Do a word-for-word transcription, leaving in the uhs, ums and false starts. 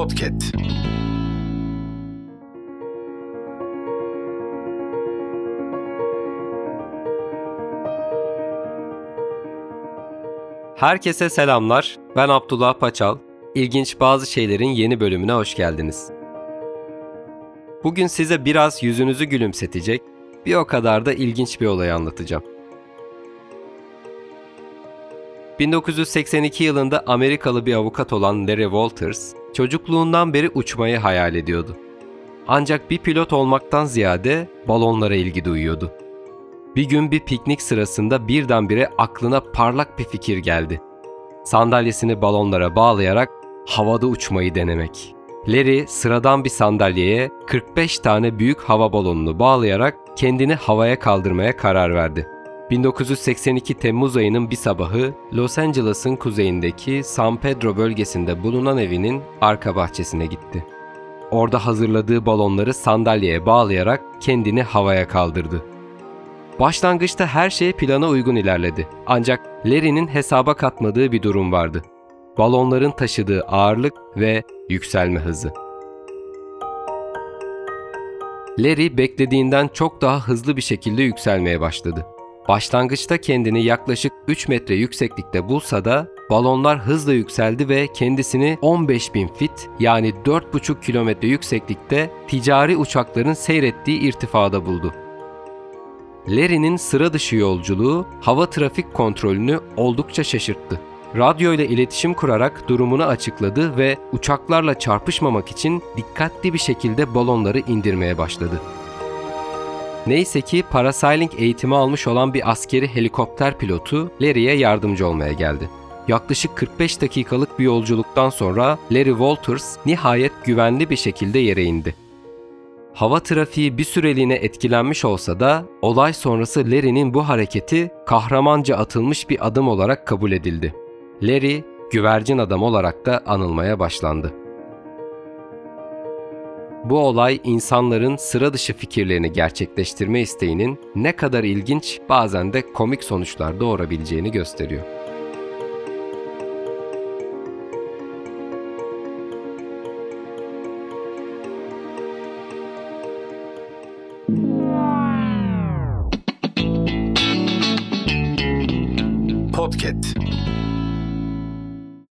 Podcast. Herkese selamlar. Ben Abdullah Paçal. İlginç bazı şeylerin yeni bölümüne hoş geldiniz. Bugün size biraz yüzünüzü gülümsetecek, bir o kadar da ilginç bir olayı anlatacağım. bin dokuz yüz seksen iki yılında Amerikalı bir avukat olan Larry Walters, çocukluğundan beri uçmayı hayal ediyordu. Ancak bir pilot olmaktan ziyade balonlara ilgi duyuyordu. Bir gün bir piknik sırasında birdenbire aklına parlak bir fikir geldi. Sandalyesini balonlara bağlayarak havada uçmayı denemek. Larry sıradan bir sandalyeye kırk beş tane büyük hava balonunu bağlayarak kendini havaya kaldırmaya karar verdi. bin dokuz yüz seksen iki Temmuz ayının bir sabahı Los Angeles'ın kuzeyindeki San Pedro bölgesinde bulunan evinin arka bahçesine gitti. Orada hazırladığı balonları sandalyeye bağlayarak kendini havaya kaldırdı. Başlangıçta her şey plana uygun ilerledi. Ancak Larry'nin hesaba katmadığı bir durum vardı. Balonların taşıdığı ağırlık ve yükselme hızı. Larry beklediğinden çok daha hızlı bir şekilde yükselmeye başladı. Başlangıçta kendini yaklaşık üç metre yükseklikte bulsa da balonlar hızla yükseldi ve kendisini on beş bin fit yani dört buçuk kilometre yükseklikte ticari uçakların seyrettiği irtifada buldu. Larry'nin sıra dışı yolculuğu hava trafik kontrolünü oldukça şaşırttı. Radyo ile iletişim kurarak durumunu açıkladı ve uçaklarla çarpışmamak için dikkatli bir şekilde balonları indirmeye başladı. Neyse ki parasailing eğitimi almış olan bir askeri helikopter pilotu Larry'ye yardımcı olmaya geldi. Yaklaşık kırk beş dakikalık bir yolculuktan sonra Larry Walters nihayet güvenli bir şekilde yere indi. Hava trafiği bir süreliğine etkilenmiş olsa da olay sonrası Larry'nin bu hareketi kahramanca atılmış bir adım olarak kabul edildi. Larry, güvercin adam olarak da anılmaya başlandı. Bu olay insanların sıra dışı fikirlerini gerçekleştirme isteğinin ne kadar ilginç, bazen de komik sonuçlar doğurabileceğini gösteriyor. Podcast.